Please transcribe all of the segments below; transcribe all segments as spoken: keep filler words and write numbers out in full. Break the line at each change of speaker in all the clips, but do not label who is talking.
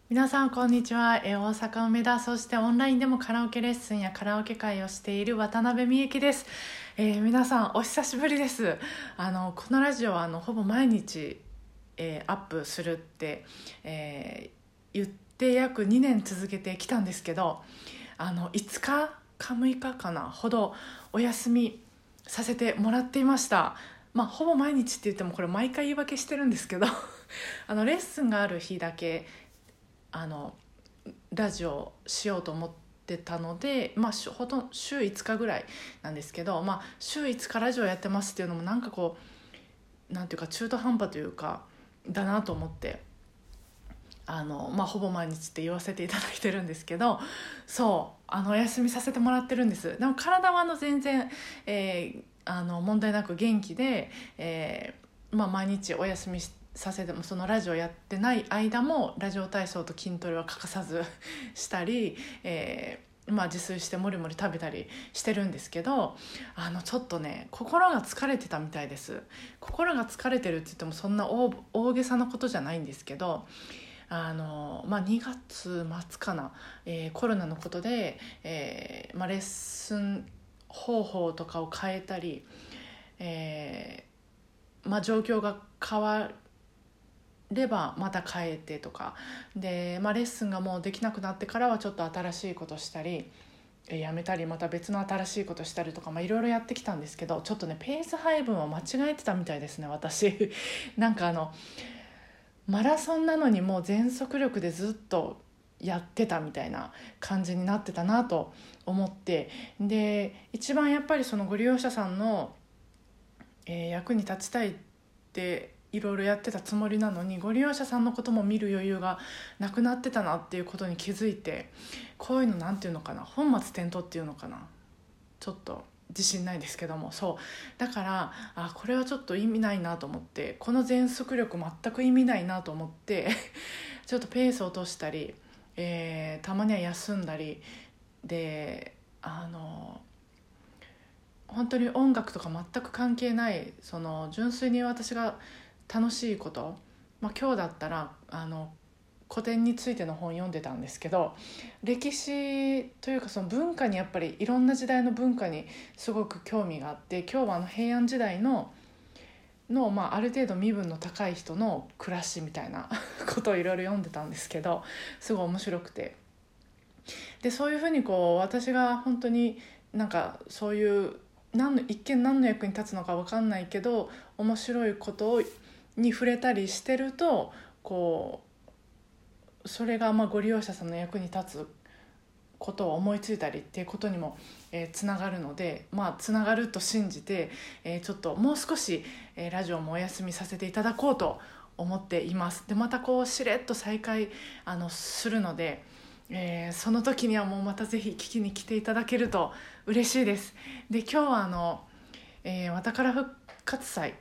皆さんこんにちは。えー大阪梅田、そしてオンラインでもカラオケレッスンやカラオケ会をしている渡辺美幸です。えー皆さんお久しぶりです。あのこのラジオはあのほぼ毎日、えーアップするって、えー言って約にねん続けてきたんですけど、あのいつかかむいかかなほどお休みさせてもらっていました。まあほぼ毎日って言ってもこれ毎回言い訳してるんですけどあのレッスンがある日だけあのラジオをしようと思ってたので、まあ、ほとんど週いつかぐらいなんですけど、まあ、週いつかラジオやってますっていうのもなんかこうなんていうか中途半端というかだなと思ってあの、まあ、ほぼ毎日って言わせていただいてるんですけど、そうあのお休みさせてもらってるんです。でも体はあの全然、えーあの問題なく元気で、えーまあ、毎日お休みしてさせてもそのラジオやってない間もラジオ体操と筋トレは欠かさずしたり、えーまあ、自炊してもりもり食べたりしてるんですけど、あのちょっとね心が疲れてたみたいです。心が疲れてるって言ってもそんな 大, 大げさなことじゃないんですけど、あの、まあ、にがつ末かな、えーコロナのことで、えーまあ、レッスン方法とかを変えたり、えーまあ、状況が変わればまた変えてとかで、まあ、レッスンがもうできなくなってからはちょっと新しいことしたりやめたりまた別の新しいことしたりとかいろいろやってきたんですけど、ちょっとねペース配分を間違えてたみたいですね私なんかあのマラソンなのにもう全速力でずっとやってたみたいな感じになってたなと思って、で一番やっぱりそのご利用者さんの、えー役に立ちたいっていろいろやってたつもりなのにご利用者さんのことも見る余裕がなくなってたなっていうことに気づいて、こういうのなんていうのかな、本末転倒っていうのかな、ちょっと自信ないですけども、そうだからあこれはちょっと意味ないなと思って、この全速力全く意味ないなと思ってちょっとペースを落としたり、えーたまには休んだりで、あの本当に音楽とか全く関係ないその純粋に私が楽しいこと、まあ、今日だったらあの古典についての本読んでたんですけど、歴史というかその文化にやっぱりいろんな時代の文化にすごく興味があって、今日はあの平安時代のの、まあ、ある程度身分の高い人の暮らしみたいなことをいろいろ読んでたんですけど、すごい面白くて、でそういうふうにこう私が本当になんかそういう何の一見何の役に立つのか分かんないけど面白いことに触れたりしてると、こうそれがまあご利用者さんの役に立つことを思いついたりっていうことにも、えーつながるので、まあつながると信じて、えーちょっともう少し、えーラジオもお休みさせていただこうと思っています。でまたこうしれっと再開あのするので、えーその時にはもうまたぜひ聞きに来ていただけると嬉しいです。で今日はあの、えー、わたから復活祭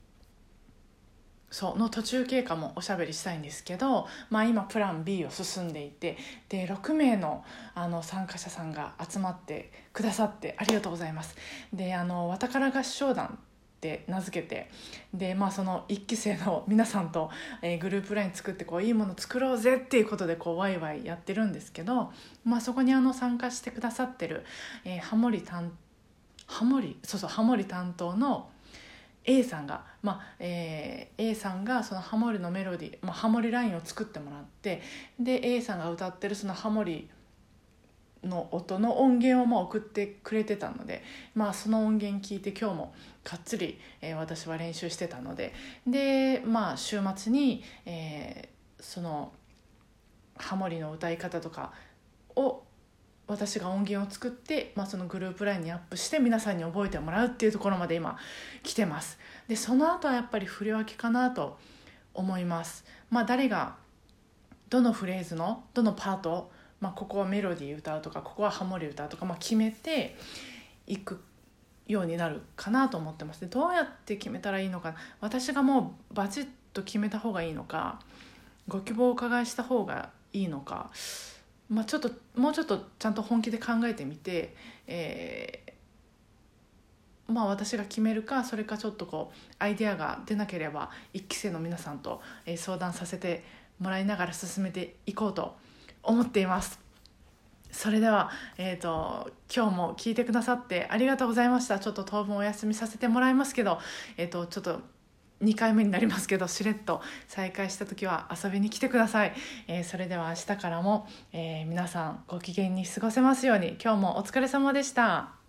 そうの途中経過もおしゃべりしたいんですけど、まあ、今プラン B を進んでいて、でろくめいの、あの参加者さんが集まってくださってありがとうございます。であのわたから合唱団って名付けて、で、まあ、そのいっき生の皆さんと、えーグループライン作ってこういいもの作ろうぜっていうことでこうワイワイやってるんですけど、まあ、そこにあの参加してくださってる、えーハモリ担ハモリそうそうハモリ担当のA さんが、まあえー A さんがそのハモリのメロディ、まあ、ハモリラインを作ってもらって、で A さんが歌ってるそのハモリの音の音源をまあ送ってくれてたので、まあ、その音源聞いて今日もがっつり、えー私は練習してたので、で、まあ、週末に、えーそのハモリの歌い方とかを私が音源を作って、まあ、そのグループラインにアップして皆さんに覚えてもらうっていうところまで今来てます。でその後はやっぱり振り分けかなと思います。まあ、誰がどのフレーズのどのパート、まあ、ここはメロディー歌うとかここはハモリ歌うとか、まあ、決めていくようになるかなと思ってます。でどうやって決めたらいいのか、私がもうバチッと決めた方がいいのか、ご希望をお伺いした方がいいのか、まあ、ちょっともうちょっとちゃんと本気で考えてみて、えーまあ、私が決めるか、それかちょっとこうアイデアが出なければいっき生の皆さんと、えー相談させてもらいながら進めていこうと思っています。それでは、えーと、今日も聞いてくださってありがとうございました。ちょっと当分お休みさせてもらいますけど、えーと、ちょっとにかいめになりますけど、しれっと再開した時は遊びに来てください。えー、それでは明日からも、えー、皆さんご機嫌に過ごせますように。今日もお疲れ様でした。